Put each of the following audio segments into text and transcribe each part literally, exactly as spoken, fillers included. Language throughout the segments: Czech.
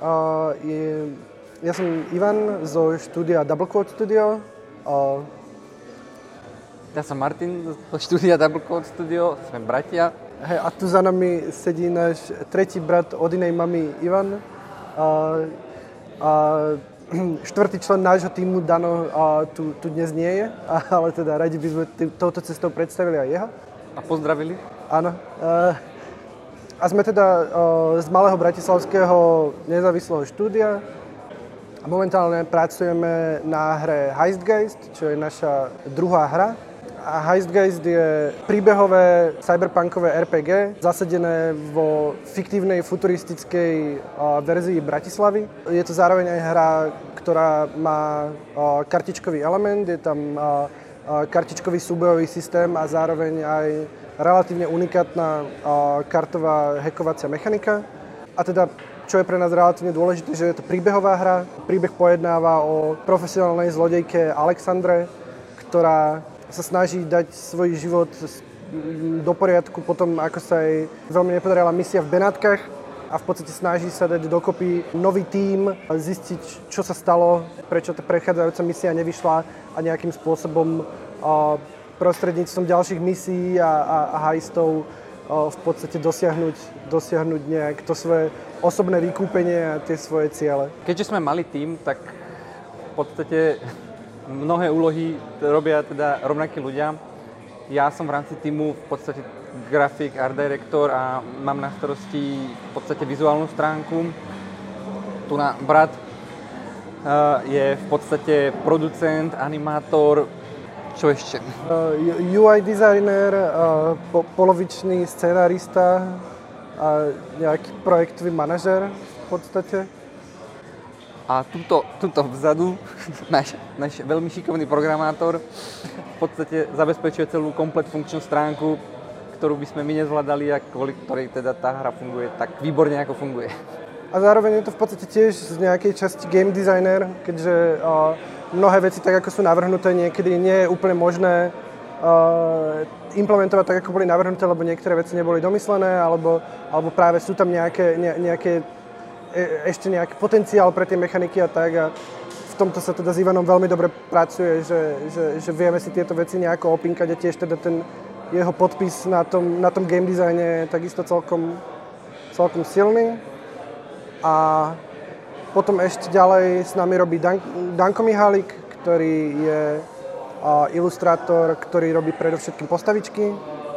Uh, je, ja som Ivan zo štúdia Double Quote Studio. Uh, ja som Martin zo štúdia Double Quote Studio, sme bratia. Hej, a tu za nami sedí náš tretí brat od inej mamy Ivan. Uh, uh, štvrtý člen nášho týmu Dano uh, tu, tu dnes nie je, ale teda radi by sme tý, touto cestou predstavili aj jeho. A pozdravili. Áno. Uh, A sme teda uh, z malého bratislavského nezávislého štúdia. Momentálne pracujeme na hre Heistgeist, čo je naša druhá hra. A Heistgeist je príbehové cyberpunkové er pé gé, zasadené vo fiktívnej futuristickej uh, verzii Bratislavy. Je to zároveň aj hra, ktorá má uh, kartičkový element, je tam uh, uh, kartičkový súbojový systém a zároveň aj relatívne unikátna uh, kartová hackovacia mechanika. A teda, čo je pre nás relatívne dôležité, že je to príbehová hra. Príbeh pojednáva o profesionálnej zlodejke Alexandre, ktorá sa snaží dať svoj život do poriadku potom, ako sa jej veľmi nepodarila misia v Benátkach a v podstate snaží sa dať dokopy nový tím, zistiť, čo sa stalo, prečo tá prechádzajúca misia nevyšla a nejakým spôsobom uh, prostredníctvom ďalších misií a, a, a heistov o, v podstate dosiahnuť, dosiahnuť nejak to svoje osobné vykúpenie a tie svoje ciele. Keďže sme mali tím, tak v podstate mnohé úlohy robia teda rovnakí ľudia. Ja som v rámci týmu v podstate grafik, art director a mám na starosti v podstate vizuálnu stránku. Tu na brat uh, je v podstate producent, animátor. Čo ešte? Uh, ú í designer, uh, po, polovičný scenárista a nejaký projektový manažer v podstate. A tuto, tuto vzadu náš, náš veľmi šikovný programátor v podstate zabezpečuje celú komplet funkčnú stránku, ktorú by sme my nezvládali a kvôli ktorej teda tá hra funguje tak výborne, ako funguje. A zároveň je to v podstate tiež z nejakej časti game designer, keďže uh, mnohé veci, tak ako sú navrhnuté, niekedy nie je úplne možné uh, implementovať tak, ako boli navrhnuté, lebo niektoré veci neboli domyslené, alebo, alebo práve sú tam nejaké, ne, nejaké e, ešte nejaký potenciál pre tie mechaniky a tak. A v tomto sa teda s Ivanom veľmi dobre pracuje, že, že, že vieme si tieto veci nejako opinkať a tiež teda ten jeho podpis na tom, na tom game designe je takisto celkom, celkom silný. A potom ešte ďalej s nami robí Dan- Danko Mihálik, ktorý je uh, ilustrátor, ktorý robí predovšetkým postavičky.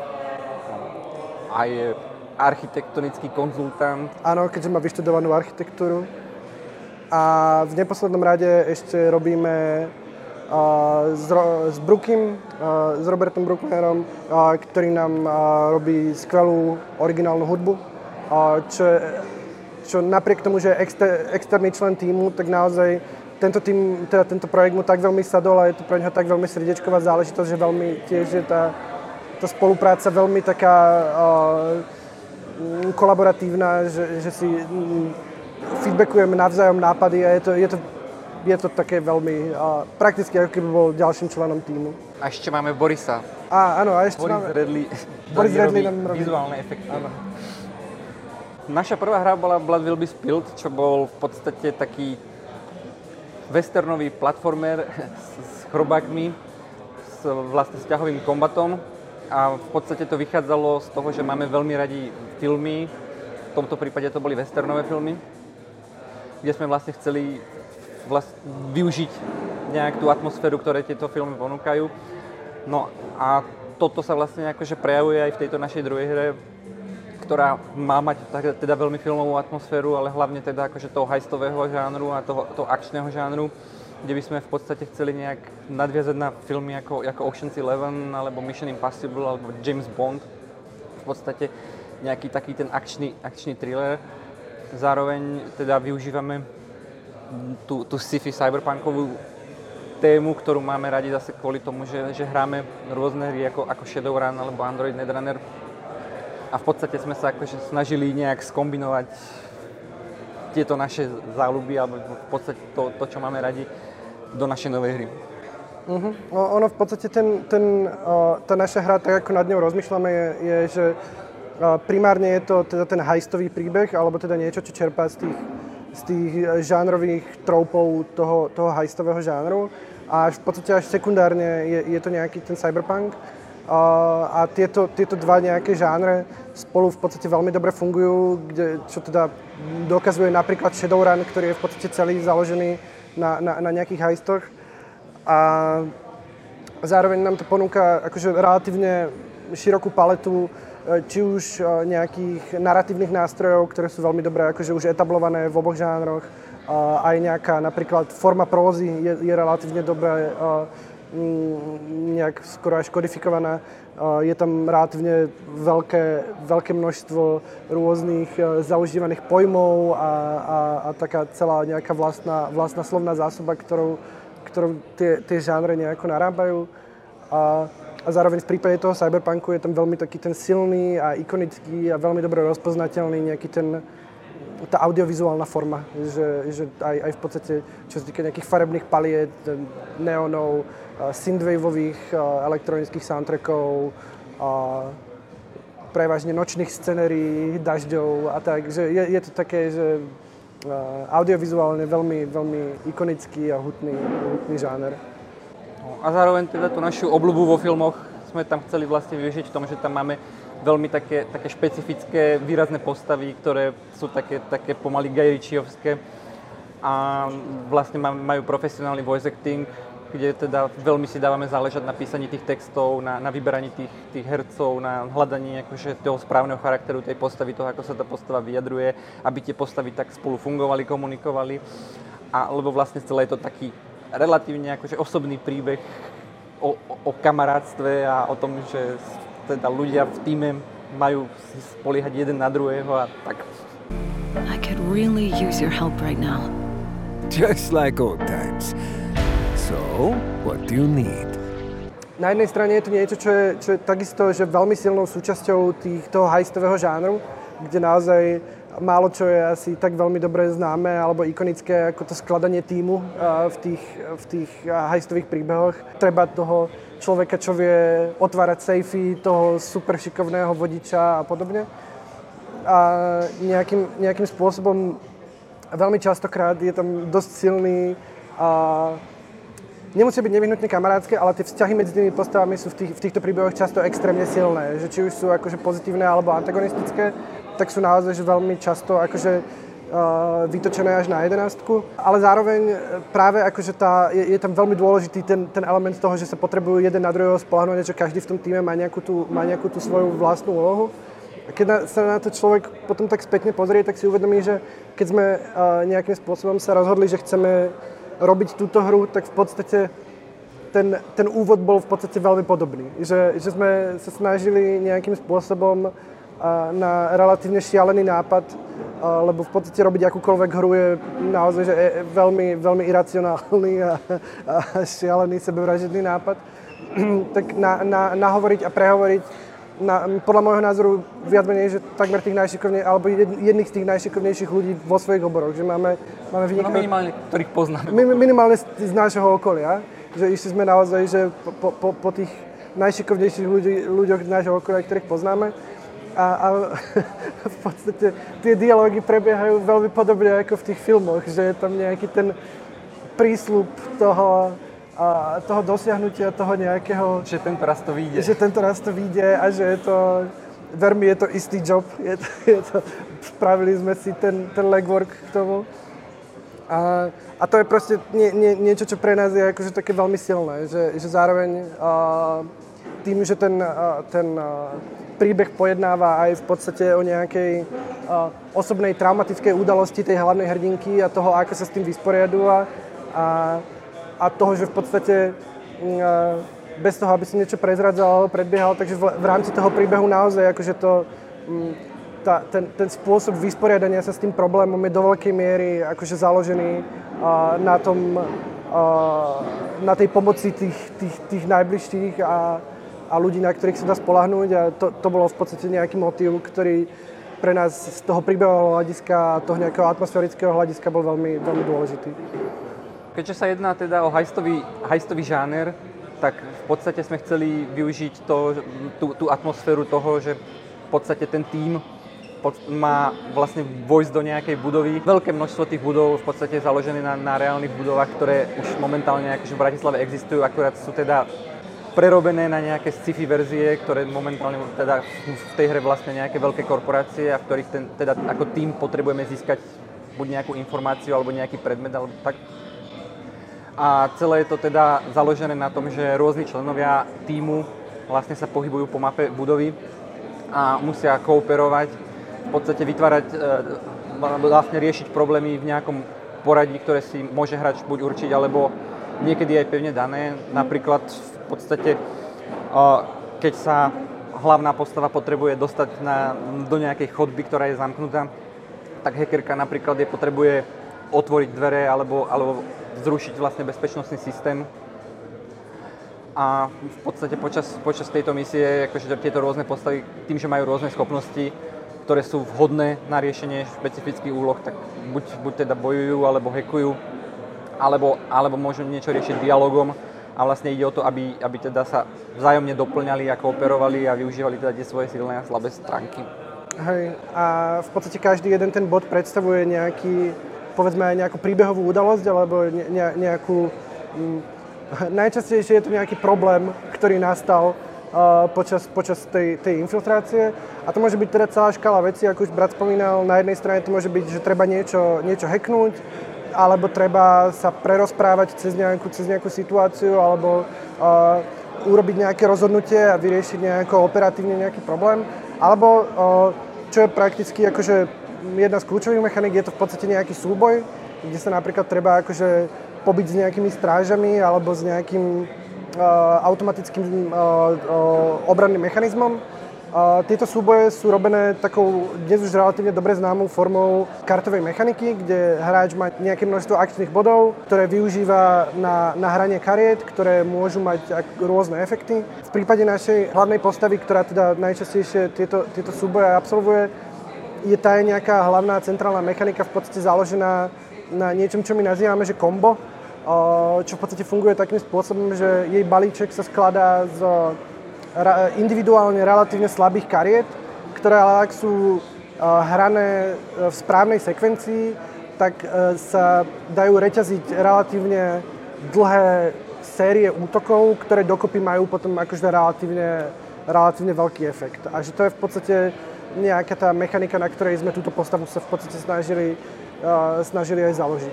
A je architektonický konzultant. Áno, keďže má vyštudovanú architektúru. A v neposlednom rade ešte robíme uh, s, Ro- s Brookim, uh, s Robertom Brookmerom, uh, ktorý nám uh, robí skvelú originálnu hudbu, uh, čo je čo napriek tomu, že je exter, externý člen tímu, tak naozaj tento tým, teda tento projekt mu tak veľmi sadol a je to pre neho tak veľmi srdiečková záležitosť, že veľmi tiež je tá, tá spolupráca veľmi taká uh, kolaboratívna, že, že si um, feedbackujeme navzájom nápady a je to, je to, je to také veľmi uh, prakticky, ako keby bol ďalším členom tímu. A ešte máme Borisa. Á, áno, a ešte Boris máme... Redley, Boris Redley nám robí vizuálne efekty. Áno. Naša prvá hra bola Blood Will Be Spilled, čo bol v podstate taký westernový platformer s chrobákmi, s vlastne sťahovým kombatom a v podstate to vychádzalo z toho, že máme veľmi radi filmy, v tomto prípade to boli westernové filmy, kde sme vlastne chceli vlast- využiť nejak tú atmosféru, ktoré tieto filmy ponúkajú. No a toto sa vlastne akože prejavuje aj v tejto našej druhej hre, ktorá má mať teda veľmi filmovú atmosféru, ale hlavne teda akože toho heistového žánru a toho, toho akčného žánru, kde by sme v podstate chceli nejak nadviazať na filmy ako, ako Ocean's Eleven, alebo Mission Impossible, alebo James Bond. V podstate nejaký taký ten akčný, akčný thriller. Zároveň teda využívame tú, tú sci-fi cyberpunkovú tému, ktorú máme radi zase kvôli tomu, že, že hráme rôzne hry ako, ako Shadowrun alebo Android Netrunner. A v podstate sme sa akože snažili nejak skombinovať tieto naše záľuby alebo v podstate to, to, čo máme radi, do našej novej hry. Uh-huh. No, ono v podstate ten, ten, uh, tá naša hra, tak ako nad ňou rozmýšľame, je, je že uh, primárne je to teda ten heistový príbeh, alebo teda niečo, čo čerpá z tých, z z tých žánrových troupov toho, toho heistového žánru a až v podstate až sekundárne je, je to nejaký ten cyberpunk. A tieto, tieto dva nejaké žánre spolu v podstate veľmi dobre fungujú, kde, čo teda dokazuje napríklad Shadowrun, ktorý je v podstate celý založený na, na, na nejakých heistoch. A zároveň nám to ponúka akože relatívne širokú paletu či už nejakých narratívnych nástrojov, ktoré sú veľmi dobré, akože už etablované v oboch žánroch. Aj nejaká napríklad forma prózy je, je relatívne dobré, nejak skoro až kodifikovaná. Je tam relatívne veľké, veľké množstvo rôznych zaužívaných pojmov a, a, a taká celá nejaká vlastná, vlastná slovná zásoba, ktorou, ktorou tie, tie žánre nejako narábajú. A, a zároveň v prípade toho cyberpunku je tam veľmi taký ten silný a ikonický a veľmi dobre rozpoznateľný nejaký ten, tá audiovizuálna forma, že, že aj, aj v podstate, čo sa týka nejakých farebných paliet, neonov, synthwaveových elektronických soundtrackov, prevažne nočných scenérií, dažďov a tak, že je, je to také, že audiovizuálne veľmi, veľmi ikonický a hutný, hutný žáner. A zároveň teda tú našu obľubu vo filmoch sme tam chceli vlastne využiť v tom, že tam máme veľmi také, také špecifické, výrazné postavy, ktoré sú také, také pomaly Guy Ritchievské a vlastne majú profesionálny voice acting, kde teda veľmi si dávame záležať na písaní tých textov, na, na vyberaní tých, tých hercov, na hľadaní akože toho správneho charakteru tej postavy, toho, ako sa tá postava vyjadruje, aby tie postavy tak spolu fungovali, komunikovali. A lebo vlastne celé je to taký relatívne akože osobný príbeh o, o, o kamarátstve a o tom, že teda ľudia v tíme majú si spoliehať jeden na druhého a tak. I could really use your help right now. Just like old times. So, what do you need? Na jednej strane je to niečo, čo je, čo je takisto že veľmi silnou súčasťou tých, toho heistového žánru, kde naozaj málo čo je asi tak veľmi dobre známe alebo ikonické ako to skladanie tímu v tých, v tých heistových príbehoch. Treba toho človeka, čo vie otvárať sejfy, toho super šikovného vodiča a podobne. A nejakým, nejakým spôsobom veľmi častokrát je tam dosť silný a nemusia byť nevyhnutne kamarátske, ale tie vzťahy medzi tými postavami sú v, tých, v týchto príbehoch často extrémne silné. Že či už sú akože pozitívne alebo antagonistické, tak sú naozaj že veľmi často akože, uh, vytočené až na jedenástku. Ale zároveň práve akože tá, je, je tam veľmi dôležitý ten, ten element toho, že sa potrebujú jeden na druhého spoľahnúť, že každý v tom týme má nejakú tú, má nejakú tú svoju vlastnú úlohu. A keď na, sa na to človek potom tak spätne pozrie, tak si uvedomí, že keď sme uh, nejakým spôsobom sa rozhodli, že chceme robiť túto hru, tak v podstate ten, ten úvod bol v podstate veľmi podobný. Že, že sme sa snažili nejakým spôsobom na relatívne šialený nápad, lebo v podstate robiť akúkoľvek hru je naozaj že je veľmi, veľmi iracionálny a, a šialený sebevražedný nápad. Tak na, na, nahovoriť a prehovoriť na, podľa môjho názoru viac menej, že takmer tých najšikovnejších, alebo jedných z tých najšikovnejších ľudí vo svojich oboroch. Že máme, máme vynikajúcich... No minimálne, ktorých poznáme. Mi, minimálne z, z nášho okolia. Že išli sme naozaj že po, po, po tých najšikovnejších ľudí, ľuďoch z nášho okolia, ktorých poznáme. A, a v podstate tie dialógy prebiehajú veľmi podobne ako v tých filmoch, že je tam nejaký ten prísľub toho, a, toho dosiahnutia, toho nejakého... Že tento raz to vyjde. Že tento raz to vyjde a že je to... Ver mi, je to istý job. Je to, je to, spravili sme si ten, ten legwork k tomu. A, a to je proste nie, nie, niečo, čo pre nás je akože také veľmi silné. Že, že zároveň a, tým, že ten... A, ten a, príbeh pojednáva aj v podstate o nejakej uh, osobnej traumatickej udalosti tej hlavnej hrdinky a toho, ako sa s tým vysporiadúva a, a toho, že v podstate uh, bez toho, aby som niečo prezradzal alebo predbiehal, takže v, v rámci toho príbehu naozaj akože to, um, tá, ten, ten spôsob vysporiadania sa s tým problémom je do veľkej miery akože založený uh, na tom, uh, na tej pomoci tých, tých, tých najbližších a a ľudí, na ktorých sa dá spoľahnúť a to, to bolo v podstate nejaký motív, ktorý pre nás z toho príbehového hľadiska a toho nejakého atmosférického hľadiska bol veľmi, veľmi dôležitý. Keďže sa jedná teda o heistový, heistový žáner, tak v podstate sme chceli využiť to, tú, tú atmosféru toho, že v podstate ten tím má vlastne vojsť do nejakej budovy. Veľké množstvo tých budov v podstate je založené na, na reálnych budovách, ktoré už momentálne akože v Bratislave existujú, akurát sú teda prerobené na nejaké sci-fi verzie, ktoré momentálne teda v tej hre vlastne nejaké veľké korporácie a v ktorých ten, teda ako tým potrebujeme získať buď nejakú informáciu alebo nejaký predmet alebo tak. A celé je to teda založené na tom, že rôzni členovia tímu vlastne sa pohybujú po mape budovy a musia kooperovať, v podstate vytvárať, vlastne riešiť problémy v nejakom poradí, ktoré si môže hráč buď určiť, alebo niekedy aj pevne dané. Napríklad v podstate, keď sa hlavná postava potrebuje dostať na, do nejakej chodby, ktorá je zamknutá, tak hackerka napríklad je potrebuje otvoriť dvere alebo, alebo zrušiť vlastne bezpečnostný systém. A v podstate počas, počas tejto misie, akože tieto rôzne postavy, tým, že majú rôzne schopnosti, ktoré sú vhodné na riešenie špecifických úloh, tak buď, buď teda bojujú, alebo hackujú, alebo, alebo môžu niečo riešiť dialogom. A vlastne ide o to, aby, aby teda sa vzájomne doplňali a kooperovali a využívali teda tie svoje silné a slabé stránky. Hej, a v podstate každý jeden ten bod predstavuje nejaký, povedzme aj nejakú príbehovú udalosť, alebo ne, nejakú... M, najčastejšie je to nejaký problém, ktorý nastal Uh, počas, počas tej, tej infiltrácie. A to môže byť teda celá škála vecí, ako už brat spomínal. Na jednej strane to môže byť, že treba niečo, niečo hacknúť, alebo treba sa prerozprávať cez nejakú, cez nejakú situáciu, alebo uh, urobiť nejaké rozhodnutie a vyriešiť nejako operatívne nejaký problém. Alebo, uh, čo je prakticky akože jedna z kľúčových mechaník, je to v podstate nejaký súboj, kde sa napríklad treba akože pobiť s nejakými strážami alebo s nejakým automatickým obranným mechanizmom. Tieto súboje sú robené takou dnes už relatívne dobre známou formou kartovej mechaniky, kde hráč má nejaké množstvo akčných bodov, ktoré využíva na, na hranie kariet, ktoré môžu mať rôzne efekty. V prípade našej hlavnej postavy, ktorá teda najčastejšie tieto, tieto súboje absolvuje, je tá nejaká hlavná centrálna mechanika v podstate založená na niečom, čo my nazývame, že kombo, čo v podstate funguje takým spôsobom, že jej balíček sa skladá z individuálne relatívne slabých kariet, ktoré ale ak sú hrané v správnej sekvencii, tak sa dajú reťaziť relatívne dlhé série útokov, ktoré dokopy majú potom akože relatívne, relatívne veľký efekt. A že to je v podstate nejaká tá mechanika, na ktorej sme túto postavu sa v podstate snažili, snažili aj založiť.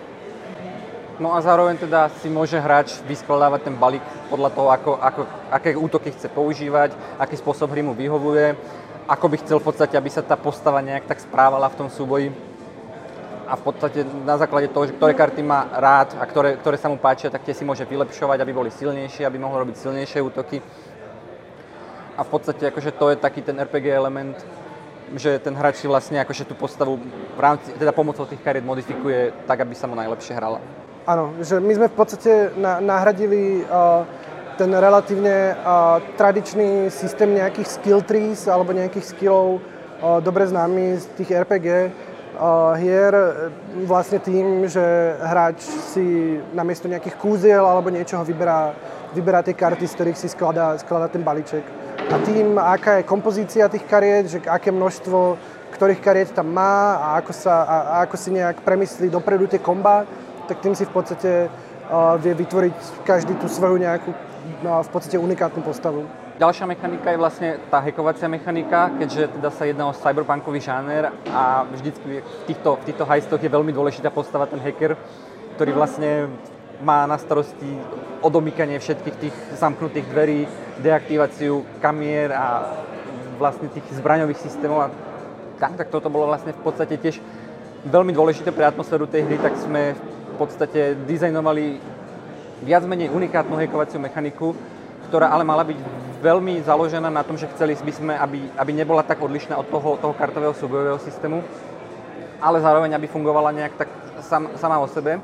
No a zároveň teda si môže hráč vyskladávať ten balík podľa toho, ako, ako, aké útoky chce používať, aký spôsob hry mu vyhovuje, ako by chcel v podstate, aby sa tá postava nejak tak správala v tom súboji. A v podstate na základe toho, že ktoré karty má rád a ktoré, ktoré sa mu páčia, tak tie si môže vylepšovať, aby boli silnejšie, aby mohol robiť silnejšie útoky. A v podstate akože to je taký ten er pé gé element, že ten hráč si vlastne akože tú postavu v rámci, teda pomocou tých kariet modifikuje tak, aby sa mu najlepšie hrala. Áno, že my sme v podstate na, nahradili uh, ten relatívne uh, tradičný systém nejakých skill trees alebo nejakých skillov uh, dobre známy z tých er pé gé uh, hier vlastne tým, že hráč si namiesto nejakých kúziel alebo niečoho vyberá, vyberá tie karty, z ktorých si skladá, skladá ten balíček. A tým, aká je kompozícia tých kariet, že aké množstvo ktorých kariet tam má a ako, sa, a, a ako si nejak premyslí dopredu tie komba, tak tým si v podstate uh, vie vytvoriť každý tú svoju nejakú uh, v podstate unikátnu postavu. Ďalšia mechanika je vlastne tá hackovacia mechanika, keďže teda sa jedná o cyberpunkový žáner a vždycky v týchto, v týchto heistoch je veľmi dôležitá postava ten hacker, ktorý vlastne má na starosti odomýkanie všetkých tých zamknutých dverí, deaktiváciu kamier a vlastne tých zbraňových systémov a tak, tak toto bolo vlastne v podstate tiež veľmi dôležité pre atmosféru tej hry, tak sme v podstate dizajnovali viac menej unikátnu hackovaciu mechaniku, ktorá ale mala byť veľmi založená na tom, že chceli by sme, aby, aby nebola tak odlišná od toho, toho kartového súbojového systému, ale zároveň aby fungovala nejak tak sam, sama o sebe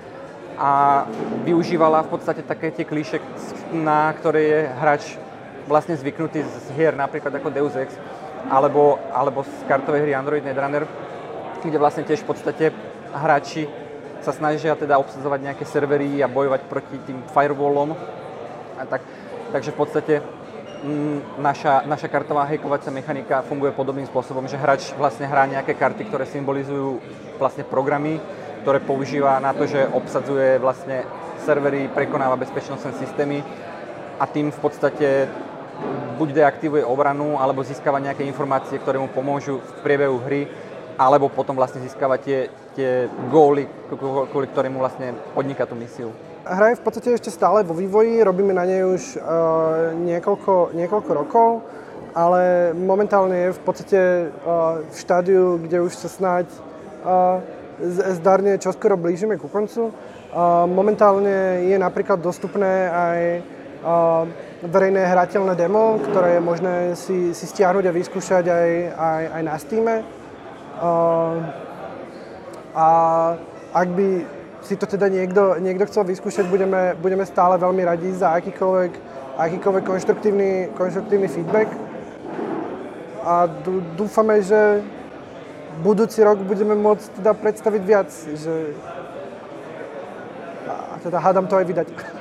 a využívala v podstate také tie klíše, na ktoré je hráč vlastne zvyknutý z hier, napríklad ako Deus Ex, alebo, alebo z kartovej hry Android Netrunner, kde vlastne tiež v podstate hráči sa snažia teda obsadzovať nejaké servery a bojovať proti tým firewallom. A tak, takže v podstate mm, naša, naša kartová hackovacia mechanika funguje podobným spôsobom, že hráč vlastne hrá nejaké karty, ktoré symbolizujú vlastne programy, ktoré používa na to, že obsadzuje vlastne servery, prekonáva bezpečnostné systémy a tým v podstate buď deaktivuje obranu, alebo získava nejaké informácie, ktoré mu pomôžu v priebehu hry, alebo potom vlastne získava tie, tie góly, kvôli ktorému vlastne podniká tú misiu. Hra je v podstate ešte stále vo vývoji, robíme na nej už uh, niekoľko, niekoľko rokov, ale momentálne je v podstate uh, v štádiu, kde už sa snáď uh, zdarne čoskoro blížime ku koncu. Uh, momentálne je napríklad dostupné aj uh, verejné hrateľné demo, ktoré je možné si, si stiahnuť a vyskúšať aj, aj, aj na Steame. Uh, a ak by si to teda niekto, niekto chcel vyskúšať, budeme, budeme stále veľmi radi za akýkoľvek, akýkoľvek konštruktívny, konštruktívny feedback. A dúfame, že budúci rok budeme môcť teda predstaviť viac. Že, a teda hádam to aj vydať.